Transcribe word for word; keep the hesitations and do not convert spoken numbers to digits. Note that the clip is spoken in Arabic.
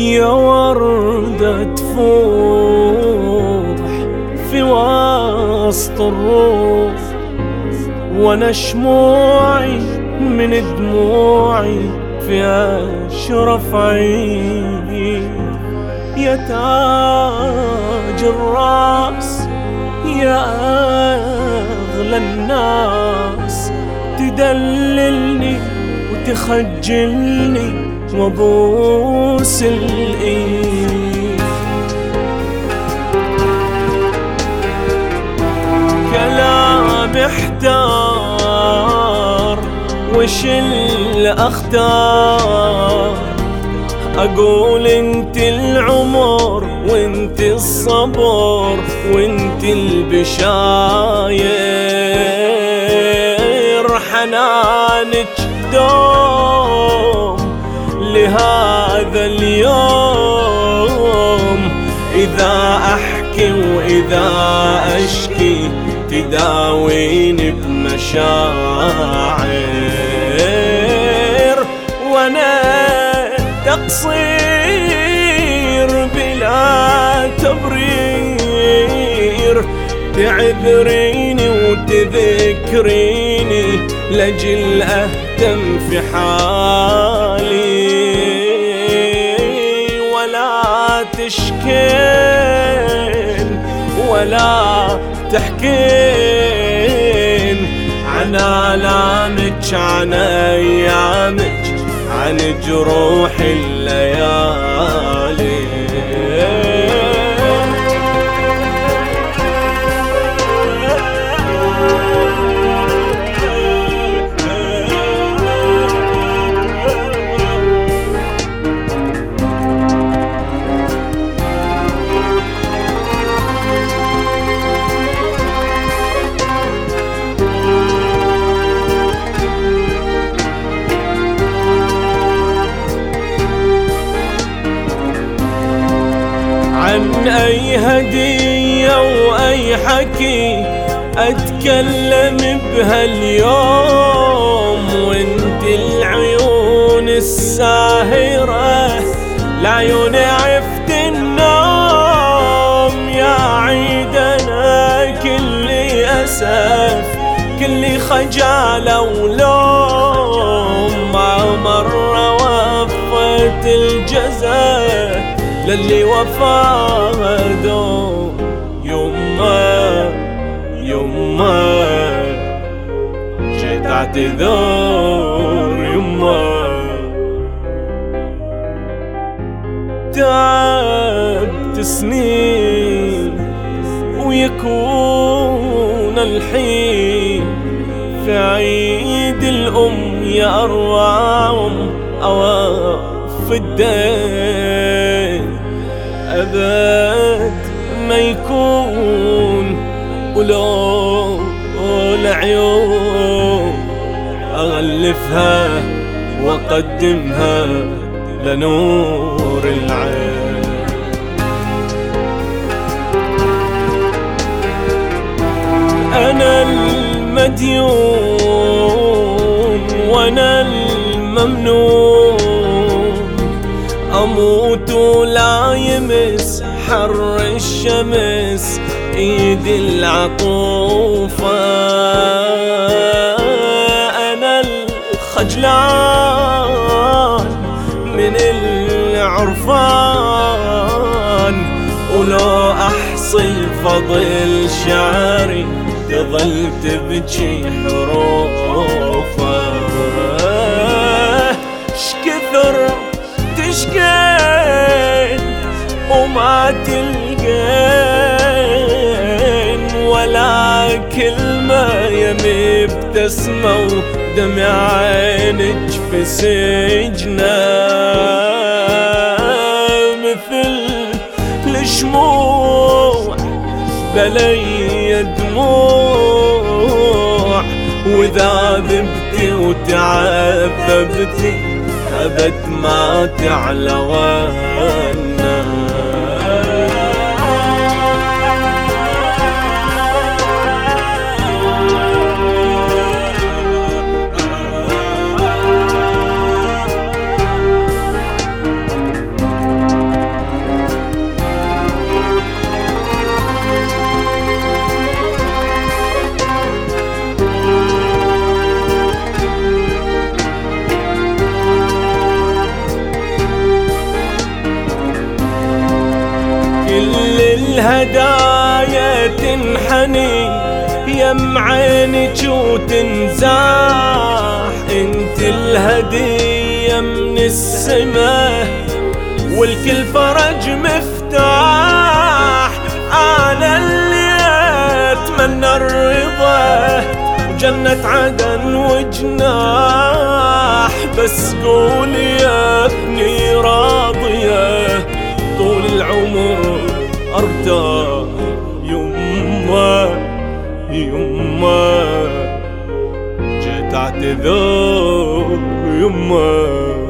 يا وردة تفوح في وسط الروح، وانا شموعي من دموعي في اشرف عيني. يا تاج الراس يا اغلى الناس، تدللني وتخجلني وابوس الايد. كلام احتار وش اللي اختار، اقول انت العمر وانت الصبر وانت البشاير. حنانك دوم لهذا اليوم، إذا أحكي وإذا أشكي تداويني بمشاعر. وأنا تقصير بلا تبرير، تعذريني وتذكريني لجل أهتم في حالي. ولا تشكين ولا تحكين عن آلامك، عن أيامك، عن جروح الليالي. عن أي هدية وأي حكي أتكلم بهاليوم، وانت العيون الساهرة العيون عفت النوم. يا عيدنا كلي أسف كلي خجالة ولوم، ما مرة وفت الجزاء للي وفاه دوم. يما يما جيت اعتذر يما، تعبت سنين ويكون الحين في عيد الأم يا أروع أوف الدين. أبد ما يكون ولو العيون أغلفها وأقدمها لنور العين. أنا المديون وأنا الممنون، أموت ولا يمس حر الشمس ايد العطوفة. أنا الخجلان من العرفان، ولو أحصل فضل شعري تظل تبكي حروفه. شكثر تشكين وما تلقين، ولا كلمة يمي بتسمع ودمع عينك في سجنة. مثل الشموع بلي دموع، وإذا ذبتي وتعذبتي أبد ما تعلى غنى. الهدايا تنحني يم عينك وتنزاح، انت الهدية من السماء والكل فرج مفتاح. انا اللي اتمنى الرضا وجنة عدن وجناح، بس قولي يا ابني راضية طول العمر ارتاح. يما يما جيت اعتذر يما